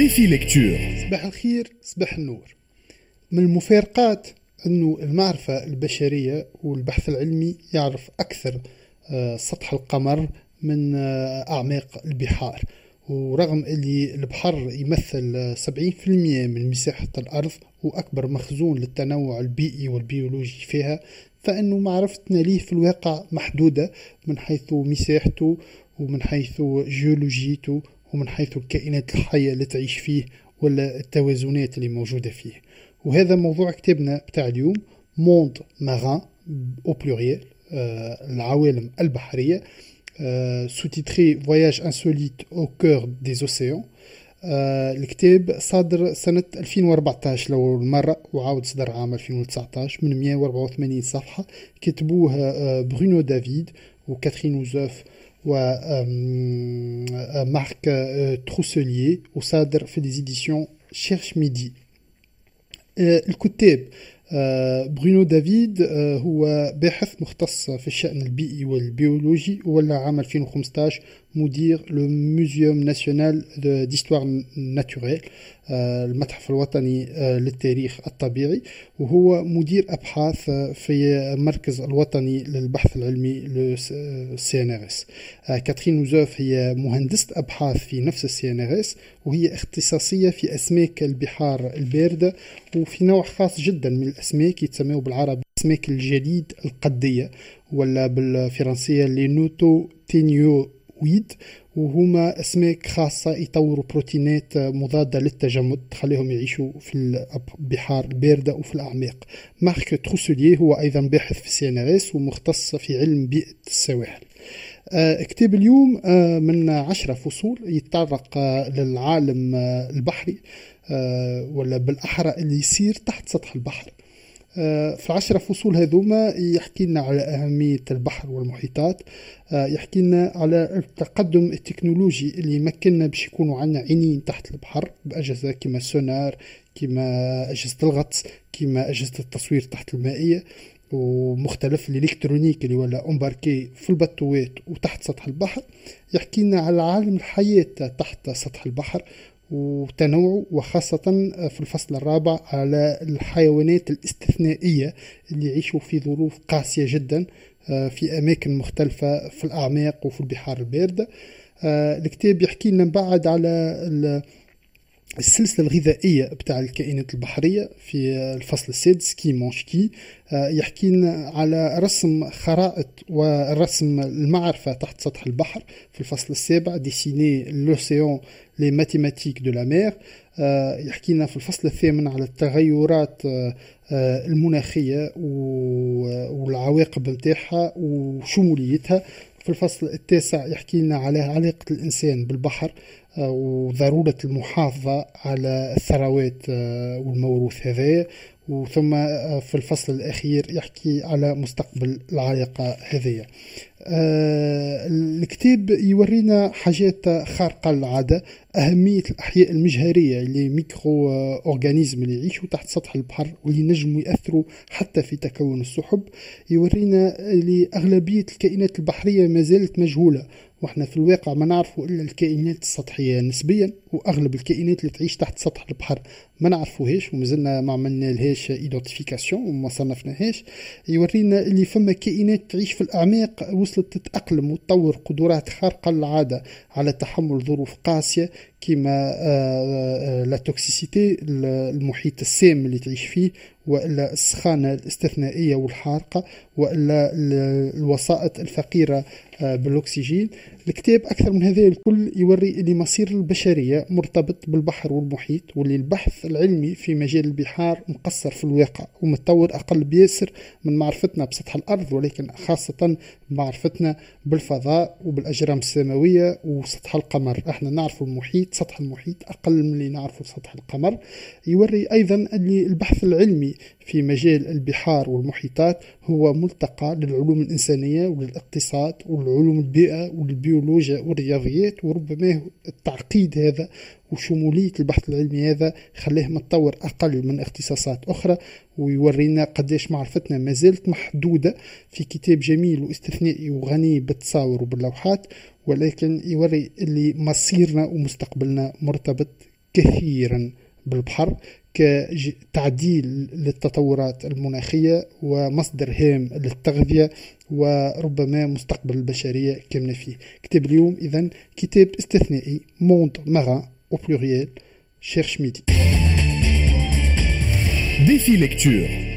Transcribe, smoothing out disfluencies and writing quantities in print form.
ديفي ليكتور. صباح الخير، صباح النور. من المفارقات أنه المعرفة البشرية والبحث العلمي يعرف أكثر سطح القمر من أعماق البحار، ورغم اللي البحر يمثل 70% من مساحة الأرض وأكبر مخزون للتنوع البيئي والبيولوجي فيها، فإنه معرفتنا ليه في الواقع محدودة من حيث مساحته ومن حيث جيولوجيته ومن حيث الكائنات الحية اللي تعيش فيه ولا التوازنات اللي موجودة فيه. وهذا موضوع كتابنا بتاع اليوم، موند ماران au pluriel، العوالم البحرية، sous-titré Voyage insolite au cœur des océans. الكتاب صادر سنة 2014 لأول مرة، وعاود صدر عام 2019 من 184 صفحة. كتبوه برونو دافيد وكاترين وزوف ومارك تروسليي، وصادر في ليزيديسيون شيرش ميدي. الكتاب برونو دافيد هو باحث مختص في الشأن البيئي والبيولوجي، ولا عام 2015 مدير لو موزيوم ناسيونال ديستوار ناتوريل، المتحف الوطني للتاريخ الطبيعي، وهو مدير أبحاث في المركز الوطني للبحث العلمي CNRS. كاترين وزوف هي مهندسة أبحاث في نفس CNRS، وهي اختصاصية في أسماك البحار الباردة، وفي نوع خاص جدا من الأسماك يتسموا بالعربي أسماك الجليد القدية، ولا بالفرنسية لينوتو تينيو ويد، وهما أسماك خاصة يطوروا بروتينات مضادة للتجمد تخليهم يعيشوا في البحار الباردة وفي الأعماق. مارك تروسليي هو أيضا باحث في CNRS ومختص في علم بيئة السواحل. كتاب اليوم من 10 فصول يتطرق للعالم البحري، ولا بالأحرى اللي يصير تحت سطح البحر. في 10 فصول هذوما يحكي لنا على أهمية البحر والمحيطات، يحكي لنا على التقدم التكنولوجي اللي يمكننا باش يكونوا عندنا عينين تحت البحر بأجهزة كما السونار، كما أجهزة الغطس، كما أجهزة التصوير تحت المائية، ومختلف الإلكترونيك اللي ولا أمباركي في البطوات وتحت سطح البحر. يحكي لنا على عالم الحياة تحت سطح البحر وتنوعه، وخاصة في الفصل الرابع على الحيوانات الاستثنائية اللي يعيشوا في ظروف قاسية جدا في أماكن مختلفة في الأعماق وفي البحار الباردة. الكتاب يحكي لنا بعد على السلسلة الغذائية بتاع الكائنات البحرية في الفصل السادس كي مونش كي. يحكي لنا على رسم خرائط ورسم المعرفة تحت سطح البحر في الفصل السابع ديسيني لوسيون لي ماتيماتيك دو لا مير. يحكي لنا في الفصل الثامن على التغيرات المناخية والعواقب متاعها وشموليتها. في الفصل التاسع يحكي لنا على علاقة الإنسان بالبحر وضرورة المحافظة على الثروات والموروث هذا. وثم في الفصل الأخير يحكي على مستقبل العلاقة هذه. الكتاب يورينا حاجات خارقة للعادة، أهمية الأحياء المجهرية اللي ميكرو أورغانيزم اللي يعيشوا تحت سطح البحر واللي نجموا يأثروا حتى في تكون السحب. يورينا اللي أغلبية الكائنات البحرية ما زالت مجهولة، وإحنا في الواقع ما نعرفوا إلا الكائنات السطحية نسبيا، وأغلب الكائنات اللي تعيش تحت سطح البحر ما نعرفوهاش ومازلنا ما عملنا لهاش ايدنتيفيكاسيون وما صنفناهاش. يورينا اللي فما كائنات تعيش في الأعماق وصلت تتأقلم وتطور قدرات خارقة للعادة على تحمل ظروف قاسية، كما لا توكسيسيتي، المحيط السام اللي تعيش فيه، وإلا السخانة الاستثنائية والحارقة، وإلا الوسائط الفقيرة بالأكسجين. الكتاب أكثر من هذا الكل يوري اللي مصير البشرية مرتبط بالبحر والمحيط، واللي البحث العلمي في مجال البحار مقصر في الواقع ومتطور أقل بيسر من معرفتنا بسطح الأرض، ولكن خاصة معرفتنا بالفضاء وبالأجرام السماوية وسطح القمر. احنا نعرف المحيط، سطح المحيط أقل من اللي نعرفه سطح القمر. يوري أيضا أن البحث العلمي في مجال البحار والمحيطات هو ملتقى للعلوم الإنسانية وللاقتصاد وللعلوم البيئة والبيولوجيا والرياضيات، وربما التعقيد هذا وشمولية البحث العلمي هذا خليه متطور أقل من اختصاصات أخرى، ويورينا قديش معرفتنا ما زالت محدودة في كتاب جميل واستثنائي وغني بالتصاور وباللوحات، ولكن يوري اللي مصيرنا ومستقبلنا مرتبط كثيرا بالبحر كتعديل للتطورات المناخية ومصدر هام للتغذية وربما مستقبل البشرية كاملة فيه. كتاب اليوم إذن كتاب استثنائي موند ماران au pluriel cherche midi. Défi lecture.